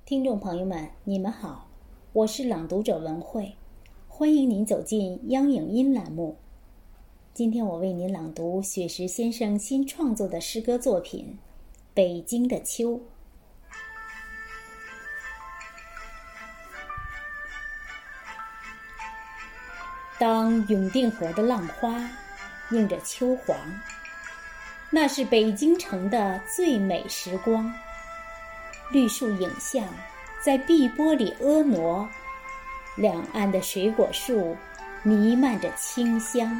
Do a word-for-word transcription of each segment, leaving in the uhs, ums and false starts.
听众朋友们，你们好，我是朗读者文慧，欢迎您走进央影音栏目。今天我为您朗读雪石先生新创作的诗歌作品《北京的秋》。当永定河的浪花映着秋黄，那是北京城的最美时光。绿树影像在碧波里婀娜，两岸的水果树弥漫着清香。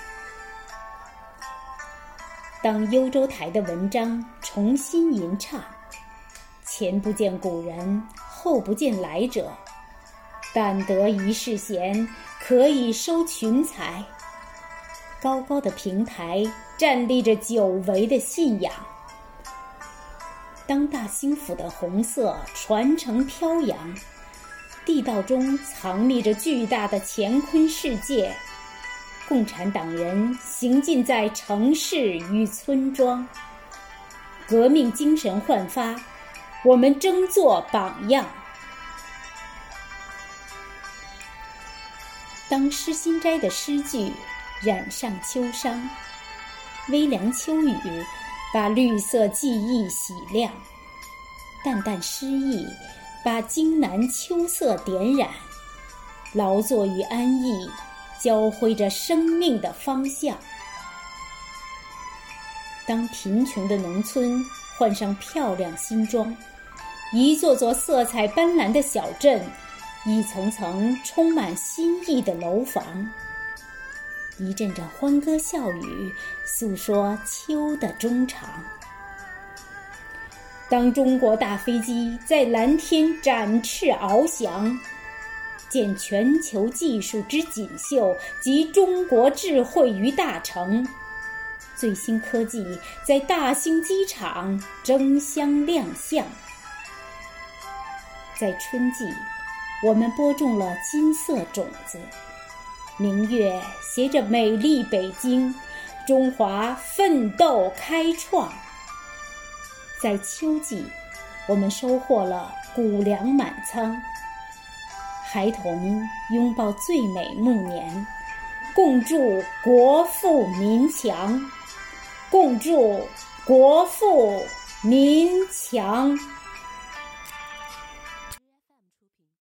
当幽州台的文章重新吟唱，前不见古人，后不见来者，但得一世闲，可以收群才。高高的平台站立着久违的信仰。当大兴府的红色传承飘扬，地道中藏匿着巨大的乾坤世界，共产党人行进在城市与村庄，革命精神焕发，我们争做榜样。当诗心斋的诗句染上秋伤，微凉秋雨把绿色记忆洗亮，淡淡诗意把京南秋色点染，劳作与安逸交辉着生命的方向。当贫穷的农村换上漂亮新装，一座座色彩斑斓的小镇，一层层充满新意的楼房，一阵阵欢歌笑语诉说秋的衷肠。当中国大飞机在蓝天展翅翱翔，见全球技术之锦绣及中国智慧于大成，最新科技在大兴机场争相亮相。在春季，我们播种了金色种子，明月携着美丽北京，中华奋斗开创。在秋季，我们收获了谷粮满仓，孩童拥抱最美暮年，共祝国富民强，共祝国富民强。